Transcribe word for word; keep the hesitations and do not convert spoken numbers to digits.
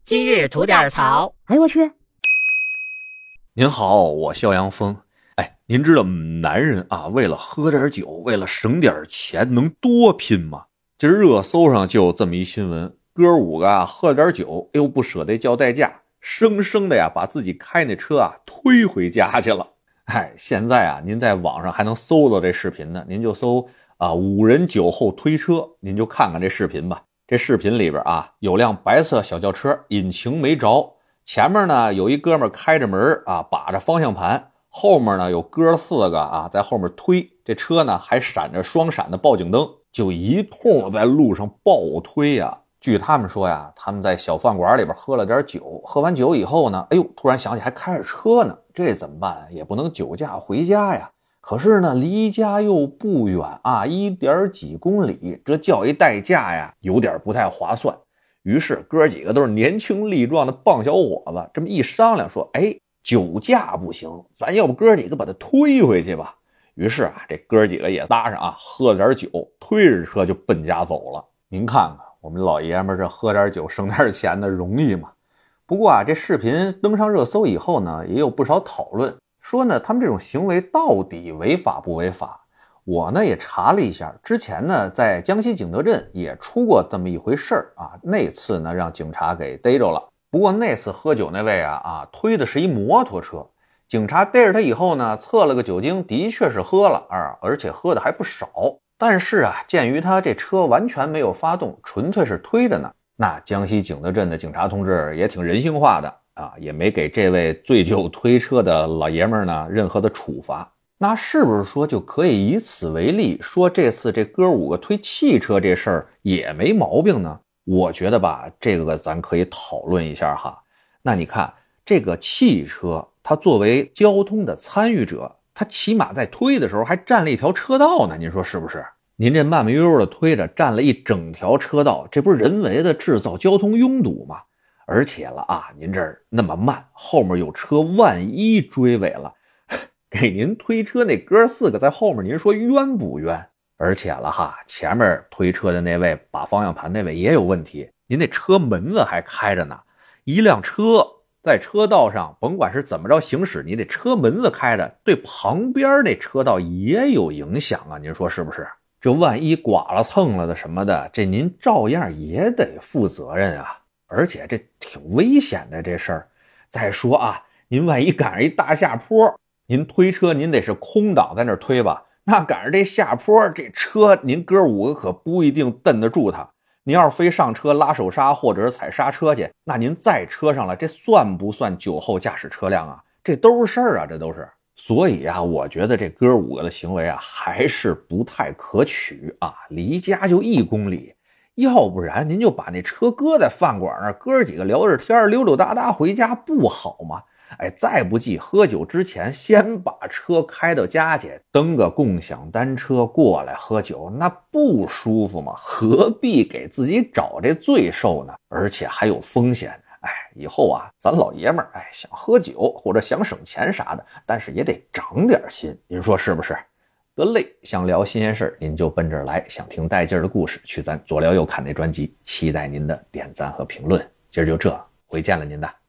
今日吐点槽。 哎我去！ 您好，我肖阳峰。哎，您知道男人啊，为了喝点酒，为了省点钱，能多拼吗？今儿热搜上就有这么一新闻，哥五个啊喝了点酒，哎呦不舍得交代驾，生生的呀把自己开那车啊推回家去了。哎，现在啊您在网上还能搜到这视频呢，您就搜啊五人酒后推车，您就看看这视频吧。这视频里边啊有辆白色小轿车，引擎没着，前面呢有一哥们开着门啊把着方向盘，后面呢有哥四个啊在后面推，这车呢还闪着双闪的报警灯，就一通在路上暴推呀。据他们说呀，他们在小饭馆里边喝了点酒，喝完酒以后呢，哎呦突然想起还开着车呢，这怎么办？也不能酒驾回家呀。可是呢离家又不远啊，一点几公里，这叫一代驾呀有点不太划算。于是哥几个都是年轻力壮的棒小伙子，这么一商量说，哎，酒驾不行，咱要不哥几个把他推回去吧。于是啊这哥几个也搭上啊，喝了点酒，推着车就奔家走了。您看看我们老爷们这喝点酒省点钱的容易吗？不过啊这视频登上热搜以后呢，也有不少讨论，说呢他们这种行为到底违法不违法。我呢也查了一下，之前呢在江西景德镇也出过这么一回事儿啊，那次呢让警察给逮着了。不过那次喝酒那位啊啊推的是一摩托车，警察逮着他以后呢测了个酒精，的确是喝了啊，而且喝的还不少。但是啊鉴于他这车完全没有发动，纯粹是推着呢，那江西景德镇的警察同志也挺人性化的啊，也没给这位醉酒推车的老爷们呢任何的处罚。那是不是说就可以以此为例，说这次这哥五个推汽车这事儿也没毛病呢？我觉得吧，这个咱可以讨论一下哈。那你看这个汽车，它作为交通的参与者，它起码在推的时候还占了一条车道呢，您说是不是？您这慢慢悠悠的推着，占了一整条车道，这不是人为的制造交通拥堵吗？而且了啊，您这儿那么慢，后面有车，万一追尾了，给您推车那哥四个在后面，您说冤不冤？而且了哈，前面推车的那位把方向盘那位也有问题，您那车门子还开着呢。一辆车在车道上甭管是怎么着行驶，你得车门子开着，对旁边那车道也有影响啊，您说是不是？这万一剐了蹭了的什么的，这您照样也得负责任啊。而且这挺危险的这事儿。再说啊，您万一赶上一大下坡，您推车您得是空挡在那儿推吧，那赶上这下坡，这车您哥五个可不一定蹬得住它。您要是非上车拉手刹或者是踩刹车去，那您在车上了，这算不算酒后驾驶车辆啊？这都是事儿啊，这都是。所以啊我觉得这哥五个的行为啊还是不太可取啊，离家就一公里，要不然您就把那车搁在饭馆那儿，哥几个聊着天溜溜达达回家不好吗？哎，再不济喝酒之前先把车开到家去，蹬个共享单车过来喝酒，那不舒服吗？何必给自己找这罪受呢？而且还有风险。哎，以后啊咱老爷们儿哎想喝酒或者想省钱啥的，但是也得长点心，您说是不是？得嘞，想聊新鲜事儿您就奔这儿来，想听带劲儿的故事去咱左聊右侃那专辑，期待您的点赞和评论。今儿就这，回见了您的。